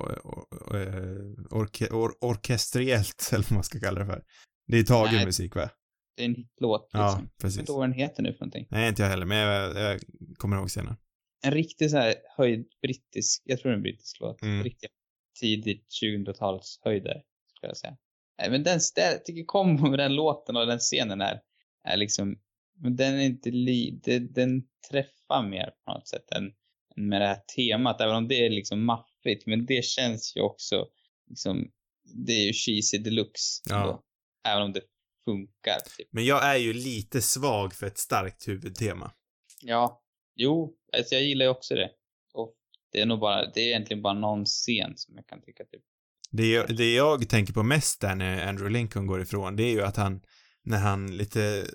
S2: orke, or, orkestriellt, eller vad man ska kalla det för. Det är tagen
S1: Nej,
S2: musik, va?
S1: det är en hitlåt liksom.
S2: Ja, precis.
S1: Jag vet inte vad den heter nu för någonting.
S2: Nej, inte jag heller, men jag, jag kommer ihåg senare.
S1: En riktig så här höjd brittisk... Jag tror det är en brittisk låt.
S2: Mm.
S1: Riktigt tidigt tjugohundratals höjder, skulle jag säga. Nej, men den... Jag tycker kombo med den låten och den scenen är, är liksom... Men den är inte li... Det, den träffar mer på något sätt än, än med det här temat. Även om det är liksom maffigt. Men det känns ju också liksom... Det är ju cheesy deluxe.
S2: Ja.
S1: Ändå, även om det funkar. Typ.
S2: Men jag är ju lite svag för ett starkt huvudtema.
S1: Ja. Jo, alltså jag gillar ju också det. Och det är nog bara... Det är egentligen bara någon scen som jag kan tycka typ.
S2: Det jag, det jag tänker på mest där när Andrew Lincoln går ifrån, det är ju att han... När han lite...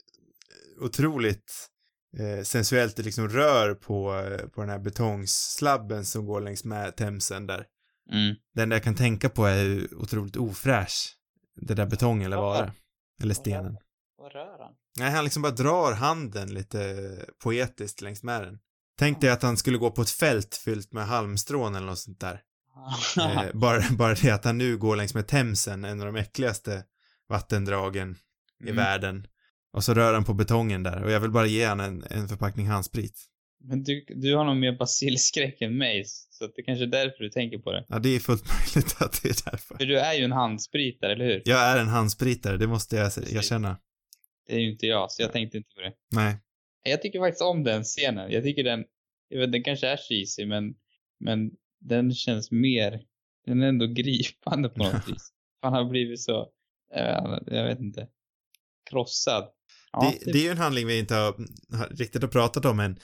S2: otroligt eh, sensuellt liksom rör på, eh, på den här betongslabben som går längs med Themsen där.
S1: Mm.
S2: Den där jag kan tänka på är ju otroligt ofräsch. Det där betong eller vad det är. Eller stenen.
S1: Vad rör han?
S2: Nej, han liksom bara drar handen lite poetiskt längs med den. Tänk dig att han skulle gå på ett fält fyllt med halmstrån eller något sånt där. eh, bara, bara det att han nu går längs med Themsen, en av de äckligaste vattendragen i
S1: Mm.
S2: världen. Och så rör han på betongen där. Och jag vill bara ge han en, en förpackning handsprit.
S1: Men du, du har nog mer basilskräck än mig, så att det kanske är därför du tänker på det.
S2: Ja, det är fullt möjligt att det är därför.
S1: För du är ju en handspritare, eller hur?
S2: Jag är en handspritare, det måste jag erkänna.
S1: Det är ju inte jag, så jag tänkte inte på det.
S2: Nej.
S1: Jag tycker faktiskt om den scenen. Jag tycker den, jag vet, den kanske är cheesy, men, men den känns mer, den är ändå gripande på något vis. Han har blivit så, jag, jag vet inte, krossad. Ja,
S2: det,
S1: typ.
S2: det är ju en handling vi inte har, har riktigt har pratat om än.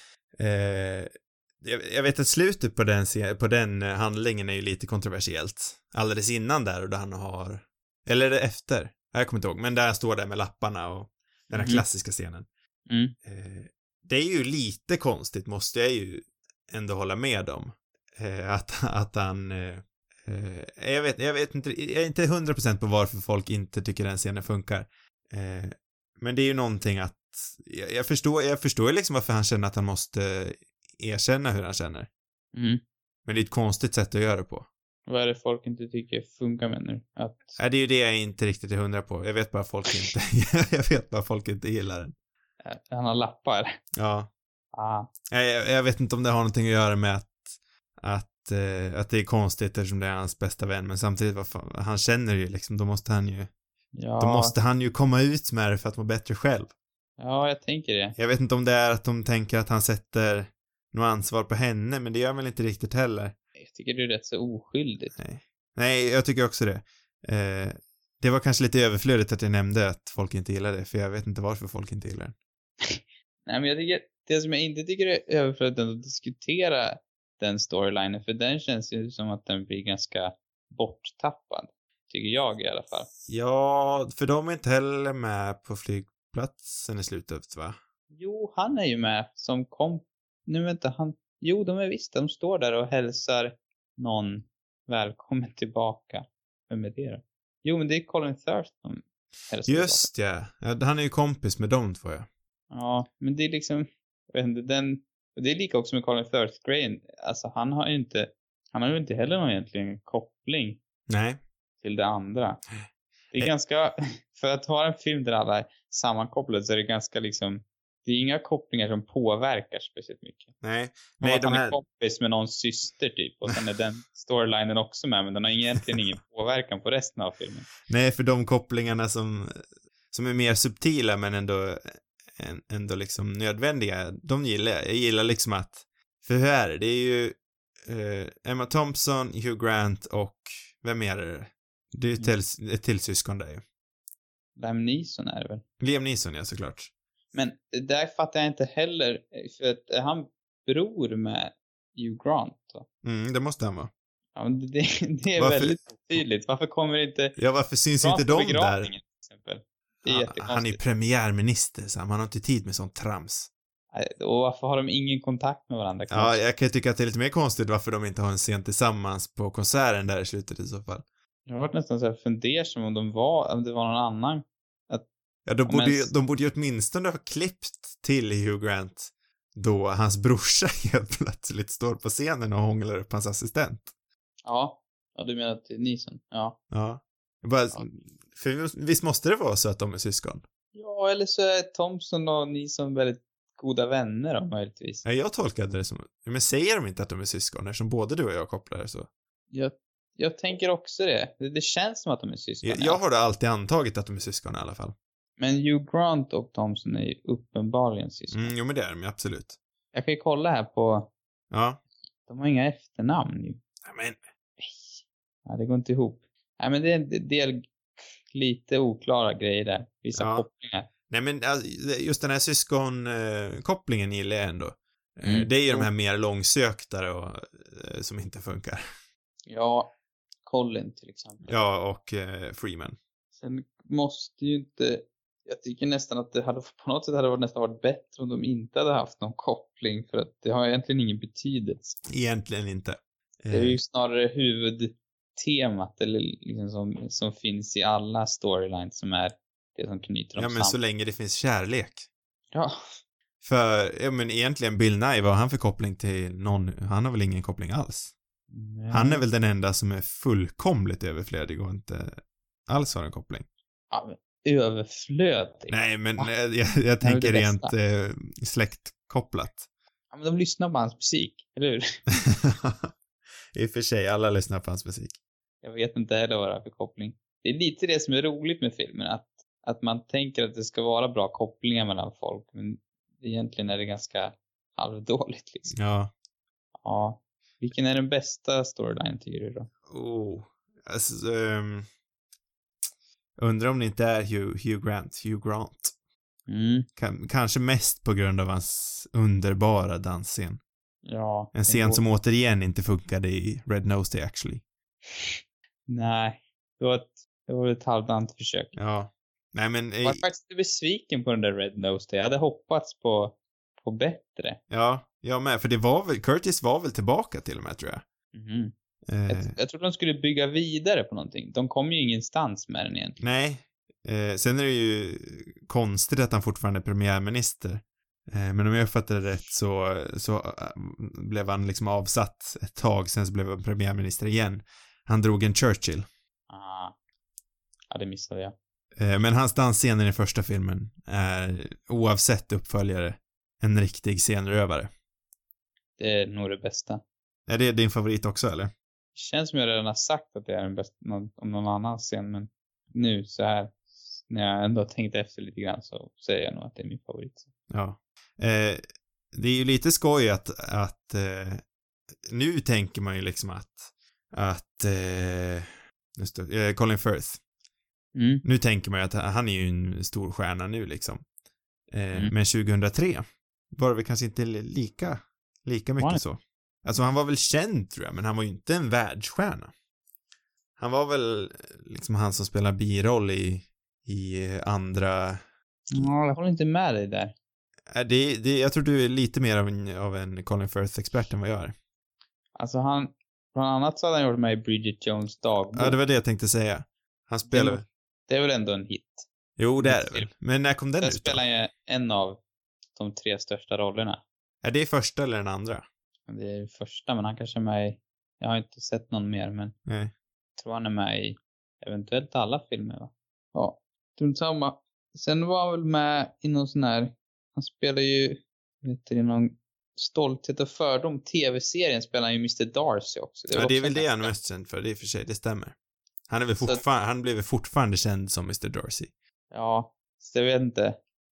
S2: Eh, jag, jag vet att slutet på den, på den handlingen är ju lite kontroversiellt. Alldeles innan där och där han har, eller är det efter? Jag kommer inte ihåg, men där han står där med lapparna och den här
S1: Mm.
S2: klassiska scenen.
S1: Mm.
S2: Eh, det är ju lite konstigt, måste jag ju ändå hålla med om. Eh, att, att han... Eh, eh, jag, vet, jag vet inte, jag är inte hundra procent på varför folk inte tycker den scenen funkar. Eh, men det är ju någonting att... Jag, jag förstår jag förstår liksom varför han känner att han måste erkänna hur han känner.
S1: Mm.
S2: Men det är ett konstigt sätt att göra det på.
S1: Vad är det folk inte tycker funkar med nu? Att...
S2: Nej, det är ju det jag inte riktigt är hundra på. Jag vet bara folk inte... jag vet bara folk inte gillar den.
S1: Han har lappar.
S2: Ja.
S1: Ah.
S2: Jag, jag vet inte om det har någonting att göra med att att, eh, att det är konstigt eftersom det är hans bästa vän, men samtidigt vad fan, han känner ju liksom, då måste han ju
S1: Ja.
S2: då måste han ju komma ut med det för att må bättre själv.
S1: Ja, jag tänker det.
S2: Jag vet inte om det är att de tänker att han sätter något ansvar på henne, men det gör väl inte riktigt heller.
S1: Jag tycker det är rätt så oskyldigt.
S2: Nej, Nej jag tycker också det. Eh, det var kanske lite överflödigt att jag nämnde att folk inte gillar det, för jag vet inte varför folk inte gillar det.
S1: Nej, men jag tycker, det som jag inte tycker är överflödigt att diskutera den storylinen, för den känns ju som att den blir ganska borttappad. Tycker jag i alla fall.
S2: Ja, för de är inte heller med på flygplatsen i slutet, va?
S1: Jo, han är ju med som kom... Nu vänta, han... Jo, de är visst. De står där och hälsar någon välkommen tillbaka. Vem är det då? Jo, men det är Colin Firth som hälsar
S2: Just
S1: tillbaka.
S2: ja. ja. Han är ju kompis med dem, tror jag.
S1: Ja, men det är liksom... Jag vet inte, den... Det är lika också med Colin Firth-grejen. Alltså, han har ju inte... Han har ju inte heller någon egentligen koppling
S2: Nej.
S1: till det andra. Det är ganska... För att ha en film där alla är sammankopplade så är det ganska liksom... Det är inga kopplingar som påverkar speciellt mycket.
S2: Nej.
S1: Som
S2: Nej,
S1: att
S2: de
S1: han är
S2: här...
S1: kompis med någons syster typ. Och sen är den storylinen också med. Men den har egentligen ingen påverkan på resten av filmen.
S2: Nej, för de kopplingarna som, som är mer subtila men ändå ändå liksom nödvändiga. De gillar jag. Jag gillar liksom att, för hur är det? Det är ju eh, Emma Thompson, Hugh Grant och vem är det? Det är ju till, ett till syskon där ju.
S1: Liam Neeson är det väl?
S2: Liam Neeson, ja, såklart.
S1: Men där fattar jag inte heller, för att är han bror med Hugh Grant då?
S2: Mm, det måste han vara.
S1: Ja, men det, det är
S2: Varför?
S1: väldigt tydligt. Varför kommer inte
S2: Ja, varför syns
S1: Grant
S2: inte
S1: på
S2: de där?
S1: begravningen, till exempel? Det är
S2: Han,
S1: jättekonstigt.
S2: han är ju premiärminister, så han har inte tid med sånt trams.
S1: Nej, och varför har de ingen kontakt med varandra?
S2: Ja, jag kan ju tycka att det är lite mer konstigt varför de inte har en scen tillsammans på konserten där i slutet i så fall.
S1: Jag har varit nästan så här fundersam om de var, om det var någon annan.
S2: Ja, de borde,
S1: Men-
S2: ju, de borde ju åtminstone ha klippt till Hugh Grant då hans brorsa helt plötsligt står på scenen och hånglar upp hans assistent.
S1: Ja, ja du menar till Neeson? Ja.
S2: Ja. Jag Bara,
S1: Ja.
S2: För visst måste det vara så att de är syskon?
S1: Ja, eller så är Thompson och Neeson väldigt goda vänner då, möjligtvis.
S2: Ja, jag tolkade det som... Men säger de inte att de är syskon eftersom både du och jag kopplar det så?
S1: Jag, jag tänker också det. det. Det känns som att de är syskon.
S2: Jag, jag har då alltid antagit att de är syskon i alla fall.
S1: Men Hugh Grant och Thompson är ju uppenbarligen syskon.
S2: Mm, jo, men det är de ju, absolut.
S1: Jag kan ju kolla här på...
S2: Ja.
S1: De har inga efternamn ju.
S2: Ja, men...
S1: Ja, det går inte ihop. Nej, men det är en del lite oklara grejer där. Vissa
S2: Ja.
S1: kopplingar.
S2: Nej, men alltså, just den här syskonkopplingen gillar jag ändå. Eh,
S1: Mm.
S2: Det är ju de
S1: Jo.
S2: här mer långsökta och, eh, som inte funkar.
S1: Ja, Colin till exempel.
S2: Ja, och eh, Freeman.
S1: Sen måste ju inte... Jag tycker nästan att det hade på något sätt hade det nästan varit bättre om de inte hade haft någon koppling. För att det har egentligen ingen betydelse.
S2: Egentligen inte. Eh,
S1: Det är ju snarare huvudtemat eller liksom som, som finns i alla storylines som är det som knyter dem
S2: Ja, men så
S1: samman.
S2: länge det finns kärlek.
S1: Ja,
S2: För, ja men egentligen Bill Nye, vad har han för koppling till någon? Han har väl ingen koppling alls?
S1: nej.
S2: Han är väl den enda som är fullkomligt överflödig och inte alls har en koppling.
S1: Ja, men överflödig.
S2: Nej, men
S1: Va?
S2: eh, jag, jag tänker
S1: det
S2: rent
S1: bästa.
S2: eh, släktkopplat.
S1: Ja, men de lyssnar på hans musik, eller hur?
S2: I och för sig, alla lyssnar på hans musik.
S1: Jag vet inte heller vad det är för koppling. Det är lite det som är roligt med filmen. Att, att man tänker att det ska vara bra kopplingar mellan folk. Men egentligen är det ganska halvdåligt liksom.
S2: Ja.
S1: Ja. Vilken är den bästa storyline tycker du då?
S2: Oh. Alltså, um, undrar om det inte är Hugh, Hugh Grant. Hugh Grant.
S1: Mm.
S2: Kan, kanske mest på grund av hans underbara dansscen.
S1: Ja.
S2: En
S1: den
S2: scen
S1: går-
S2: som återigen inte funkade i Red Nose Day actually.
S1: Nej. Det var ett, det var ett halvdant försök.
S2: Ja. Nej men,
S1: Jag
S2: eh,
S1: var faktiskt lite besviken på den där Red Nose Day. Jag hade hoppats på, på bättre.
S2: ja, jag med. För det var väl, Curtis var väl tillbaka till och med tror jag.
S1: Mhm.
S2: Eh,
S1: Jag, jag trodde de skulle bygga vidare på någonting. De kom ju ingenstans med den egentligen.
S2: nej. Eh, sen är det ju konstigt att han fortfarande är premiärminister. Eh, men om jag uppfattade det rätt så, så eh, blev han liksom avsatt ett tag, sen så blev han premiärminister igen. Han drog en Churchill.
S1: Ah. Ja, det missade jag.
S2: Eh, men hans dansscen i den första filmen är oavsett uppföljare en riktig scenrövare.
S1: Det är nog det bästa.
S2: Är det din favorit också eller?
S1: Det känns som jag redan har sagt att det är den bästa någon, om någon annan scen. Men nu så här, när jag ändå har tänkt efter lite grann så säger jag nog att det är min favorit.
S2: Ja. Eh, det är ju lite skoj att, att eh, nu tänker man ju liksom att att eh, just det, eh, Colin Firth.
S1: Mm.
S2: Nu tänker man ju att han är ju en stor stjärna nu liksom. Eh,
S1: Mm.
S2: Men tjugohundratre var det väl kanske inte lika lika mycket
S1: Var det?
S2: så. Alltså han var väl känd tror jag, men han var ju inte en världsstjärna. Han var väl liksom han som spelar biroll i i andra.
S1: Ja, jag håller inte med dig där.
S2: Är det, det jag tror du är lite mer av en, av en Colin Firth-expert än vad jag är.
S1: Alltså han, bland annat så hade han gjort med i Bridget Jones dagbok.
S2: Ja, det var det jag tänkte säga. Han spelar
S1: Det- Det är väl ändå en hit.
S2: Jo, det är det väl. Men när kom den
S1: Där
S2: ut då?
S1: spelar jag en av de tre största rollerna.
S2: Är det första eller den andra?
S1: Det är ju första, men han kanske är med i... Jag har inte sett någon mer, men
S2: Nej.
S1: jag tror han är med i eventuellt alla filmer, va? Ja, strunt samma. Sen var han väl med i någon sån här... Han spelar ju... Vet du, i någon Stolthet och fördom. Tv-serien spelar han ju mister Darcy också.
S2: Ja,
S1: var
S2: det är
S1: också
S2: väl det han är
S1: ganska-
S2: mest känd för, det är för sig, det stämmer. Han är väl
S1: Så-
S2: fortfarande, han blev väl fortfarande känd som mister Darcy.
S1: Ja, så jag vet inte.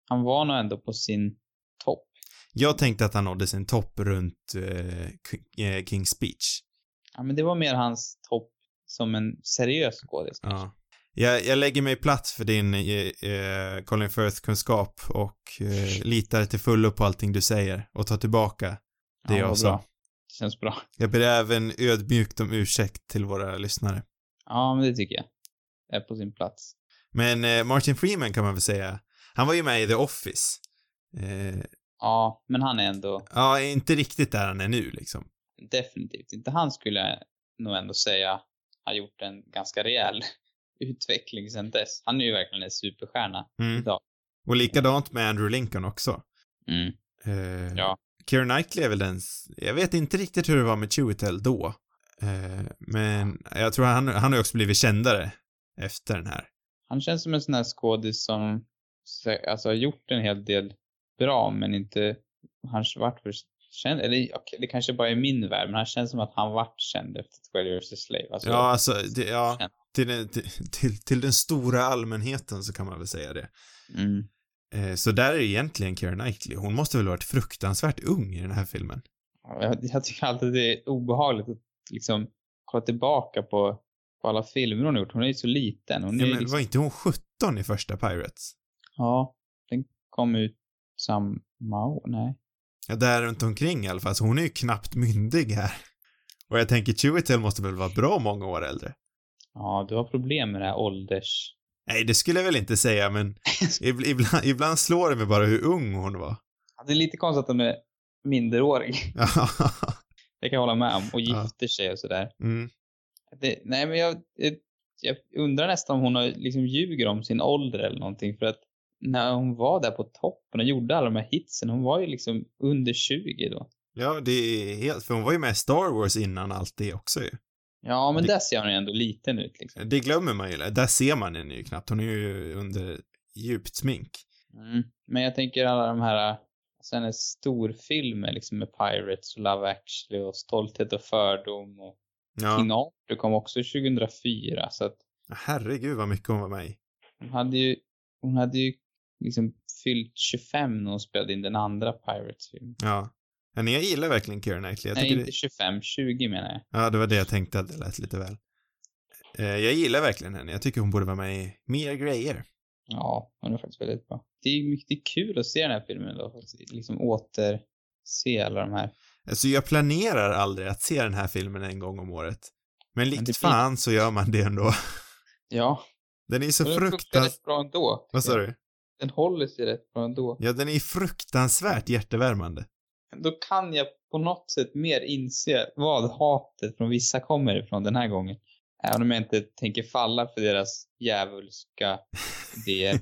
S1: han var nog ändå på sin topp.
S2: Jag tänkte att han nådde sin topp runt eh, King's Speech.
S1: Ja, men det var mer hans topp som en seriös skådis.
S2: Ja. Jag, jag lägger mig platt för din eh, Colin Firth-kunskap och eh, litar till fullo på allting du säger och tar tillbaka det
S1: ja,
S2: jag sa.
S1: Bra. Det känns bra.
S2: Jag ber även ödmjukt om ursäkt till våra lyssnare.
S1: Ja, men det tycker jag. Det är på sin plats.
S2: Men eh, Martin Freeman kan man väl säga. Han var ju med i The Office. Eh,
S1: ja, men han är ändå...
S2: Ja, inte riktigt där han är nu liksom.
S1: Definitivt inte. Han skulle jag nog ändå säga har gjort en ganska rejäl utveckling sedan dess. Han är ju verkligen en superstjärna
S2: mm.
S1: idag.
S2: Och likadant med Andrew Lincoln också.
S1: Mm.
S2: Eh,
S1: ja.
S2: Keira Knightley är väl den... Jag vet inte riktigt hur det var med Chiwetel då. Eh, men jag tror han, han har ju också blivit kändare efter den här.
S1: Han känns som en sån här skådis som alltså, har gjort en hel del bra, men inte han varit för känd. Eller okay, det kanske bara är min värld, men han känns som att han varit känd efter twelve years a slave. Alltså,
S2: ja, alltså, det, ja, till den, till, till, till den stora allmänheten så kan man väl säga det.
S1: Mm.
S2: Eh, så där är det egentligen Keira Knightley. Hon måste väl ha varit fruktansvärt ung i den här filmen.
S1: Jag, jag tycker alltid det är obehagligt att liksom kolla tillbaka på, på alla filmer hon har gjort. Hon är ju så liten. Hon
S2: ja,
S1: är
S2: men
S1: liksom...
S2: var inte hon sjutton i första Pirates?
S1: Ja, den kom ut samma år, nej.
S2: Ja, där runt omkring i alla fall. Så hon är ju knappt myndig här. Och jag tänker Chiwetel måste väl vara bra många år äldre.
S1: Ja, du har problem med det här ålders...
S2: Nej, det skulle jag väl inte säga, men ibland, ibland slår det mig bara hur ung hon var.
S1: Ja, det är lite konstigt att de är minderårig. Det kan jag hålla med om. Och gifter ja. sig och sådär.
S2: Mm.
S1: Det, nej, men jag, jag, jag undrar nästan om hon har liksom ljuger om sin ålder eller någonting. För att när hon var där på toppen och gjorde alla de här hitsen, hon var ju liksom under tjugo då.
S2: Ja, det är helt... För hon var ju med i Star Wars innan allt det också ju.
S1: Ja, men
S2: det,
S1: där ser hon ju ändå liten ut liksom.
S2: Det glömmer man ju. Där ser man henne ju knappt. Hon är ju under djupt smink.
S1: Mm. Men jag tänker alla de här sen är storfilmer liksom med Pirates och Love Actually och Stolthet och fördom och
S2: ja.
S1: King Arthur kom också tjugohundrafyra så att
S2: herregud vad mycket hon var med i.
S1: Hon hade ju hon hade ju liksom fyllt tjugofem när hon spelade in den andra Pirates-filmen.
S2: Ja. Men jag gillar verkligen Keira Knightley. Jag
S1: Nej, inte
S2: det...
S1: tjugofem, tjugo menar jag.
S2: Ja, det var det jag tänkte att det lät lite väl. Eh, jag gillar verkligen henne. Jag tycker hon borde vara med i mer grejer.
S1: Ja, hon är faktiskt väldigt bra. Det är mycket kul att se den här filmen då. Liksom åter se alla de här.
S2: Alltså jag planerar aldrig att se den här filmen en gång om året. Men likt Men
S1: blir...
S2: fan så gör man det ändå.
S1: Ja.
S2: Den är så fruktansvärt...
S1: Den rätt bra ändå.
S2: Vad sa du?
S1: Den håller sig rätt bra ändå.
S2: Ja, den är fruktansvärt hjärtevärmande.
S1: Då kan jag på något sätt mer inse vad hatet från vissa kommer ifrån den här gången. Även om jag inte tänker falla för deras djävulska idéer.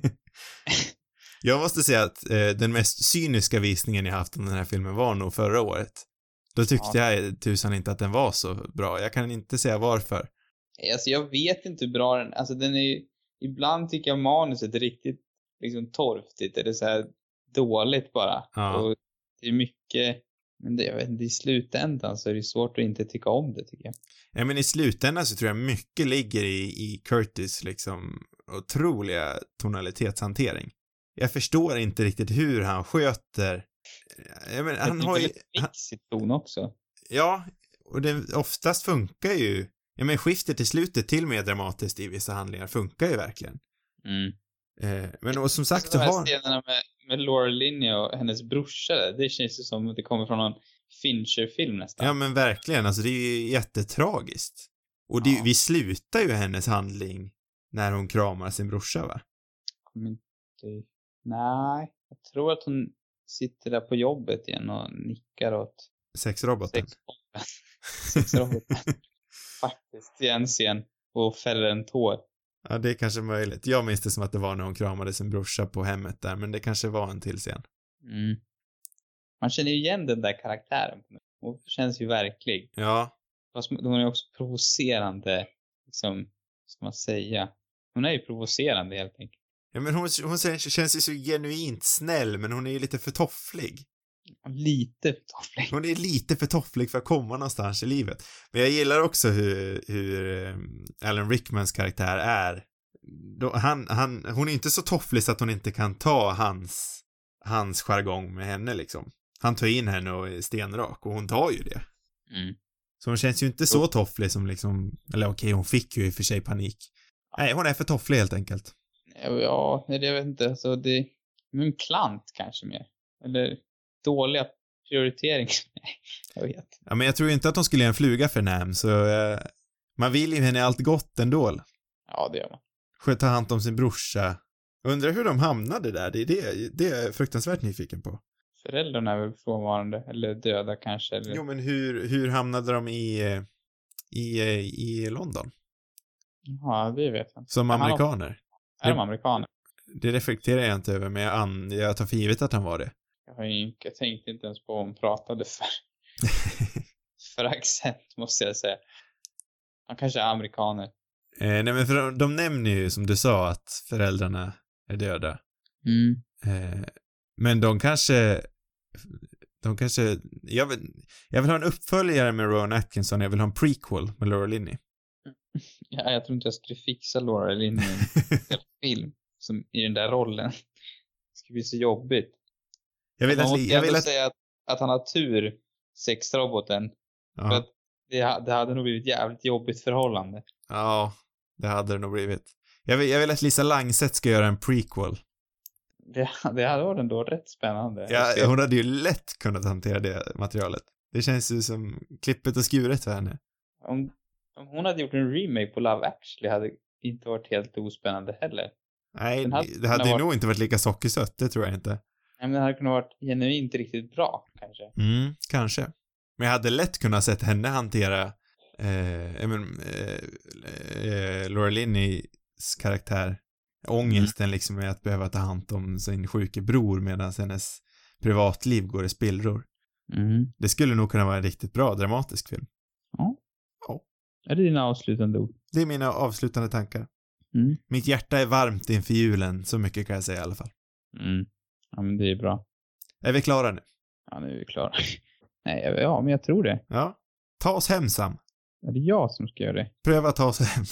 S2: Jag måste säga att eh, den mest cyniska visningen jag haft om den här filmen var nog förra året. Då tyckte ja. jag tusan inte att den var så bra. Jag kan inte säga varför.
S1: Alltså jag vet inte hur bra den... Alltså den är... Ibland tycker jag manuset är riktigt liksom torftigt. Eller så här dåligt bara.
S2: Ja.
S1: Och det är mycket... Men det, jag vet inte, i slutändan så är det svårt att inte tycka om det tycker jag.
S2: Ja, men i slutändan så tror jag mycket ligger i, i Curtis liksom otroliga tonalitetshantering. Jag förstår inte riktigt hur han sköter... Jag men, han har ju...
S1: Han sitt ton också.
S2: Ja, och det oftast funkar ju... Ja, men skiftet i slutet till mer dramatiskt i vissa handlingar funkar ju verkligen.
S1: Mm.
S2: Eh, men och som sagt så
S1: har...
S2: har...
S1: scenerna med, med Laura Linney och hennes brorsa där, det känns ju som att det kommer från någon Fincher-film nästan.
S2: Ja, men verkligen. Alltså det är ju jättetragiskt. Och det, ja. vi slutar ju hennes handling när hon kramar sin brorsa, va?
S1: Kommer inte... Nej, jag tror att hon sitter där på jobbet igen och nickar åt...
S2: Sexroboten.
S1: Sexroboten. Sexroboten. Faktiskt, i en scen och fäller en tår.
S2: Ja, det är kanske möjligt. Jag minns det som att det var när hon kramade sin brorsa på hemmet där, men det kanske var en till scen.
S1: Mm. Man känner ju igen den där karaktären. Hon känns ju verklig.
S2: Ja.
S1: Hon är också provocerande, liksom, ska man säga. Hon är ju provocerande helt enkelt.
S2: Ja, men hon, hon känns ju så genuint snäll, men hon är ju lite för tofflig.
S1: Lite för tofflig.
S2: Hon är lite för tofflig för att komma någonstans i livet. Men jag gillar också hur, hur Alan Rickmans karaktär är då, han, han, hon är inte så tofflig så att hon inte kan ta hans, hans jargong med henne liksom. Han tar in henne och är stenrak och hon tar ju det.
S1: Mm.
S2: Så hon känns ju inte så tofflig som liksom, eller okej, hon fick ju i och för sig panik. Nej, hon är för tofflig helt enkelt.
S1: Ja, jag vet inte. Så det är en klant kanske mer. Eller dåliga prioriteringar. Jag vet.
S2: Ja, men jag tror inte att de skulle ge en fluga för Nam, så eh, man vill ju henne allt gott ändå.
S1: Ja, det gör man.
S2: Sköta hand om sin brorsa. Undrar hur de hamnade där. Det är det, det är jag fruktansvärt nyfiken på.
S1: Föräldrarna är väl frånvarande, eller döda kanske. Eller...
S2: Jo, men hur, hur hamnade de i, i, i London?
S1: Ja, det vet jag.
S2: Som amerikaner?
S1: Är de amerikaner?
S2: Det reflekterar jag inte över, men jag, an, jag tar för givet att han var det.
S1: Jag har ju jag tänkte inte ens på vad hon pratade för. För accent, måste jag säga. Han kanske är amerikaner.
S2: Eh, nej, men för de, de nämner ju, som du sa, att föräldrarna är döda.
S1: Mm.
S2: Eh, men de kanske... De kanske... Jag vill, jag vill ha en uppföljare med Rowan Atkinson. Jag vill ha en prequel med Laura Linney.
S1: Ja, jag tror inte jag skulle fixa Laura Linney i en film som i den där rollen. Det skulle bli så jobbigt.
S2: Jag vill
S1: Man
S2: att...
S1: måste
S2: Jag vill
S1: ändå
S2: att...
S1: säga att, att han har tur, sexroboten.
S2: Ja.
S1: För att det, det hade nog blivit ett jävligt jobbigt förhållande.
S2: Ja, det hade det nog blivit. Jag vill, jag vill att Lisa Langset ska göra en prequel.
S1: Det, det hade varit ändå rätt spännande.
S2: Ja, hon hade ju lätt kunnat hantera det materialet. Det känns ju som klippet och skuret för henne.
S1: Om, om hon hade gjort en remake på Love Actually hade inte varit helt ospännande heller.
S2: Nej,
S1: hade
S2: det hade ju
S1: varit...
S2: nog inte varit lika sockersött, det tror jag inte.
S1: Nej, men det hade kunnat varit genuint riktigt bra, kanske.
S2: Mm, kanske. Men jag hade lätt kunnat sett henne hantera eh, men, eh, eh, Laura Linneys karaktär. Ångesten mm. liksom med att behöva ta hand om sin sjuke bror medan hennes privatliv går i spillror.
S1: Mm.
S2: Det skulle nog kunna vara en riktigt bra dramatisk film.
S1: Ja.
S2: Ja.
S1: Är det dina avslutande ord?
S2: Det är mina avslutande tankar.
S1: Mm.
S2: Mitt hjärta är varmt inför julen, så mycket kan jag säga i alla fall.
S1: Mm. Ja, men det är bra.
S2: Är vi klara nu?
S1: Ja, nu är vi klara. Nej, ja, men jag tror det.
S2: Ja. Ta oss hem, Sam.
S1: Är det jag som ska göra det?
S2: Pröva ta oss hem.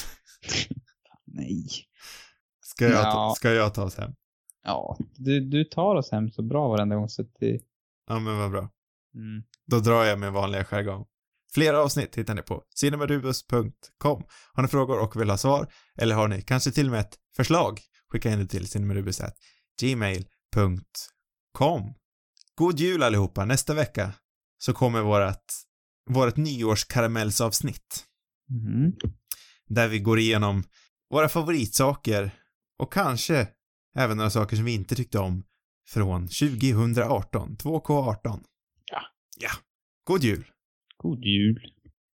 S1: Nej.
S2: Ska jag,
S1: ja.
S2: ta, ska jag ta oss hem?
S1: Ja, du, du tar oss hem så bra varenda gång så att det...
S2: Ja, men vad bra.
S1: Mm.
S2: Då drar jag med vanliga jargong. Flera avsnitt hittar ni på cinemarubus punkt com. Har ni frågor och vill ha svar, eller har ni kanske till och med ett förslag, skicka in det till cinemarubus snabel-a gmail punkt com. God jul allihopa. Nästa vecka så kommer vårat, vårat nyårskaramellsavsnitt.
S1: Mm.
S2: Där vi går igenom våra favoritsaker och kanske även några saker som vi inte tyckte om från tjugo arton. två K arton.
S1: Ja.
S2: Ja. God jul.
S1: God jul.